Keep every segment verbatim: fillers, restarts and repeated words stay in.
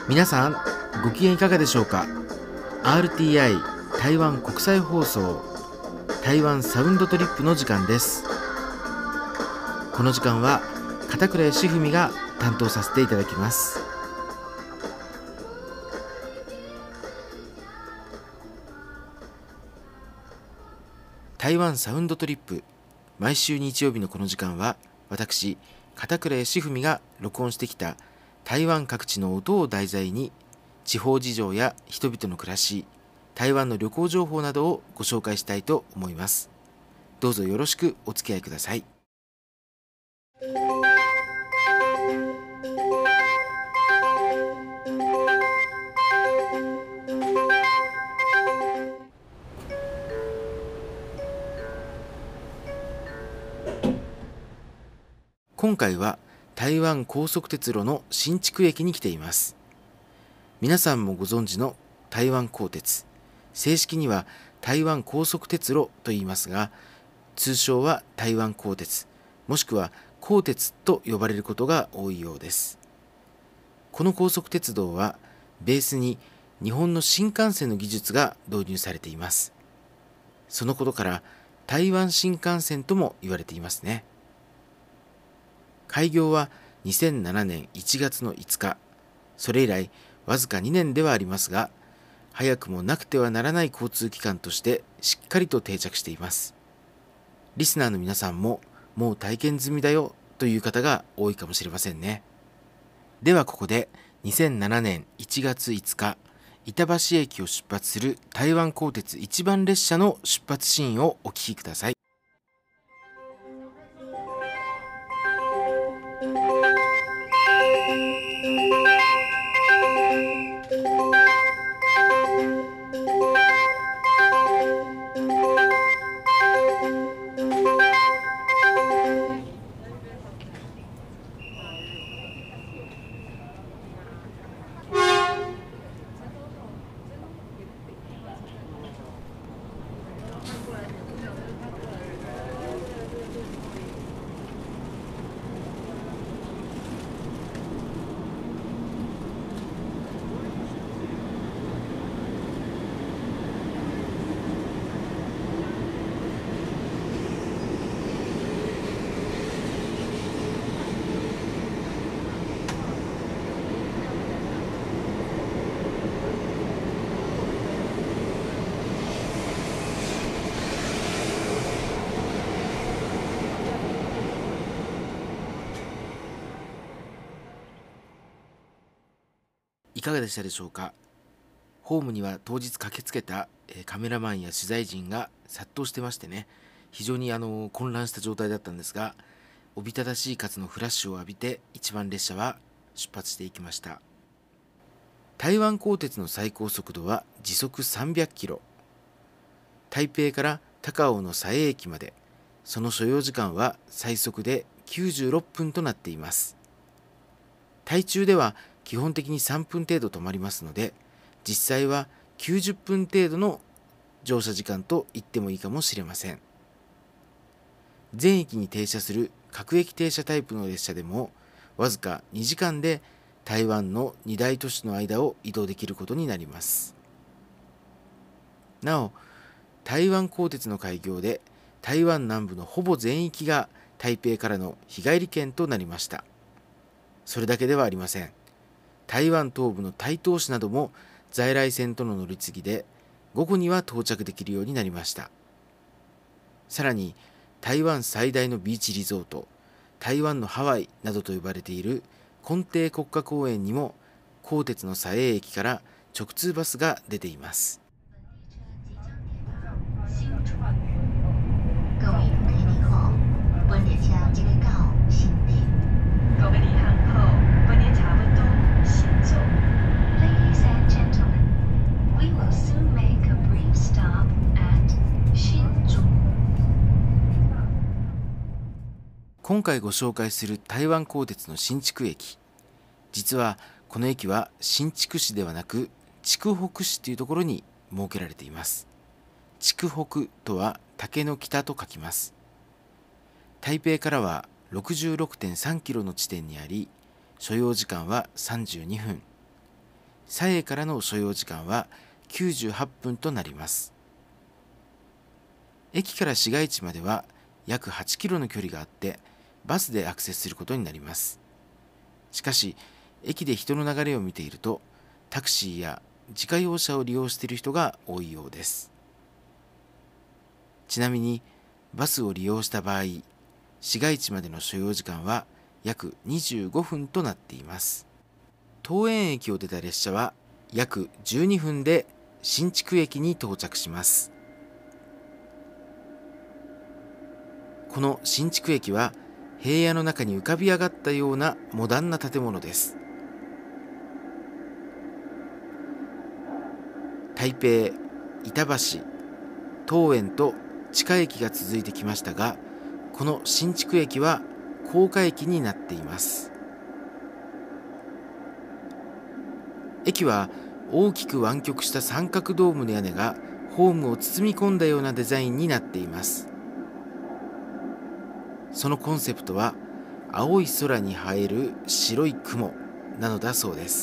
皆さんご機嫌いかがでしょうか。 アールティーアイ 台湾国際放送台湾サウンドトリップの時間です。この時間は片倉義文が担当させていただきます。台湾サウンドトリップ、毎週日曜日のこの時間は私片倉義文が録音してきた台湾各地の音を題材に地方事情や人々の暮らし、台湾の旅行情報などをご紹介したいと思います。どうぞよろしくお付き合いください。今回は台湾高速鉄路の新竹駅に来ています。皆さんもご存知の台湾高鉄、正式には台湾高速鉄路と言いますが、通称は台湾高鉄、もしくは高鉄と呼ばれることが多いようです。この高速鉄道はベースに日本の新幹線の技術が導入されています。そのことから台湾新幹線とも言われていますね。開業はにせんななねんいちがつのいつか、それ以来わずかにねんではありますが、早くもなくてはならない交通機関としてしっかりと定着しています。リスナーの皆さんももう体験済みだよという方が多いかもしれませんね。ではここでにせんななねんいちがついつか、板橋駅を出発する台湾高鉄一番列車の出発シーンをお聞きください。いかがでしたでしょうか。ホームには当日駆けつけたカメラマンや取材陣が殺到してましてね、非常にあの混乱した状態だったんですが、おびただしい数のフラッシュを浴びて一番列車は出発していきました。台湾高鉄の最高速度は時速さんびゃくキロ、台北から高雄の佐江駅まで、その所要時間は最速できゅうじゅうろっぷんとなっています。台中では基本的にさんぷん程度止まりますので、実際はきゅうじゅっぷん程度の乗車時間と言ってもいいかもしれません。全駅に停車する各駅停車タイプの列車でもわずかにじかんで台湾のに大都市の間を移動できることになります。なお、台湾高鉄の開業で台湾南部のほぼ全域が台北からの日帰り券となりました。それだけではありません。台湾東部の台東市なども在来線との乗り継ぎで午後には到着できるようになりました。さらに台湾最大のビーチリゾート、台湾のハワイなどと呼ばれている根底国家公園にも高鉄の佐江駅から直通バスが出ています。今回ご紹介する台湾高鉄の新竹駅、実はこの駅は新竹市ではなく筑北市というところに設けられています。筑北とは竹の北と書きます。台北からは ろくじゅうろくてんさんキロの地点にあり、所要時間はさんじゅうにふん。 佐永からの所要時間はきゅうじゅうはっぷんとなります。駅から市街地までは約はちキロの距離があって、バスでアクセスすることになります。しかし、駅で人の流れを見ていると、タクシーや自家用車を利用している人が多いようです。ちなみに、バスを利用した場合、市街地までの所要時間は約にじゅうごふんとなっています。桃園駅を出た列車は約じゅうにふんで新築駅に到着します。この新築駅は平野の中に浮かび上がったようなモダンな建物です。台北、板橋、桃園と地下駅が続いてきましたが、この新築駅は高架駅になっています。駅は大きく湾曲した三角ドームの屋根がホームを包み込んだようなデザインになっています。そのコンセプトは青い空に映える白い雲なのだそうです。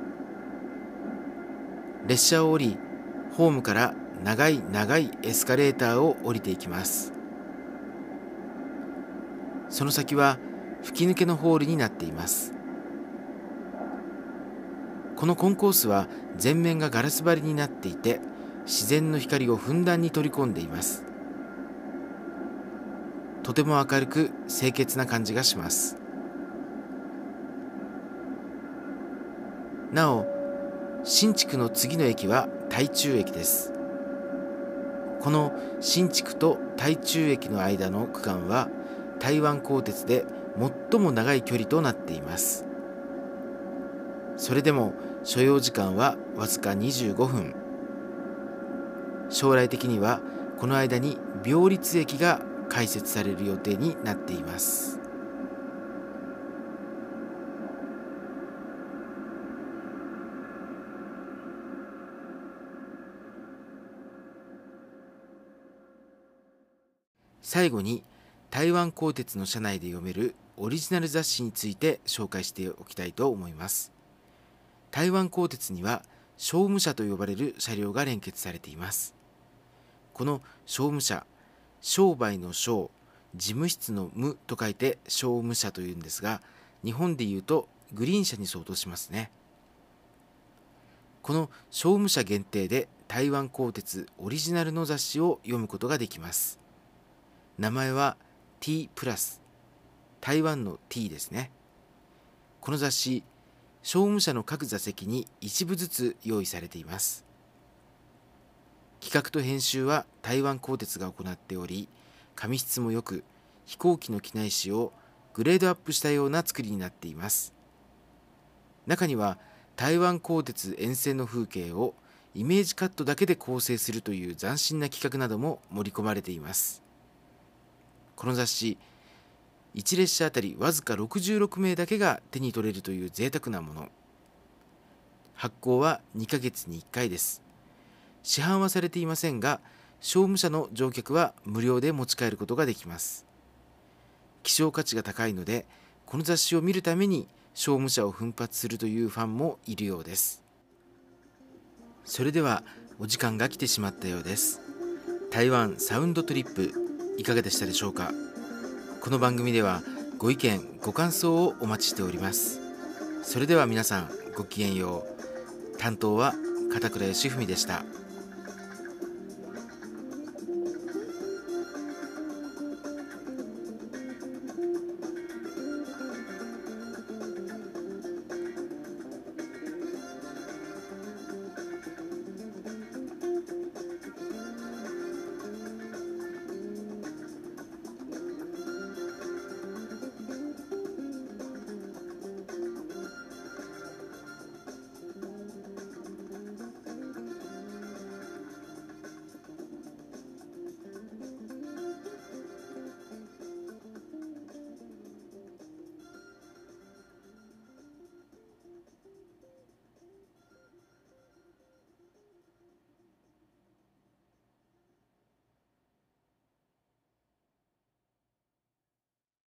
列車を降り、ホームから長い長いエスカレーターを降りていきます。その先は吹き抜けのホールになっています。このコンコースは全面がガラス張りになっていて、自然の光をふんだんに取り込んでいます。とても明るく清潔な感じがします。なお、新築の次の駅は台中駅です。この新築と台中駅の間の区間は台湾高鉄で最も長い距離となっています。それでも所要時間はわずかにじゅうごふん。将来的にはこの間に廟立駅が開設される予定になっています。最後に台湾高鉄の車内で読めるオリジナル雑誌について紹介しておきたいと思います。台湾高鉄には商務車と呼ばれる車両が連結されています。この商務車、商売の商、事務室の務と書いて商務車というんですが、日本でいうとグリーン車に相当しますね。この商務車限定で台湾高鉄オリジナルの雑誌を読むことができます。名前は T プラス、台湾の T ですね。この雑誌、商務車の各座席に一部ずつ用意されています。企画と編集は台湾高鉄が行っており、紙質も良く、飛行機の機内紙をグレードアップしたような作りになっています。中には台湾高鉄沿線の風景をイメージカットだけで構成するという斬新な企画なども盛り込まれています。この雑誌、いち列車あたりわずかろくじゅうろくめいだけが手に取れるという贅沢なもの。発行はにかげつにいっかいです。市販はされていませんが、商務車の乗客は無料で持ち帰ることができます。希少価値が高いので、この雑誌を見るために商務車を奮発するというファンもいるようです。それではお時間が来てしまったようです。台湾サウンドトリップ、いかがでしたでしょうか。この番組ではご意見ご感想をお待ちしております。それでは皆さんごきげんよう。担当は片倉義文でした。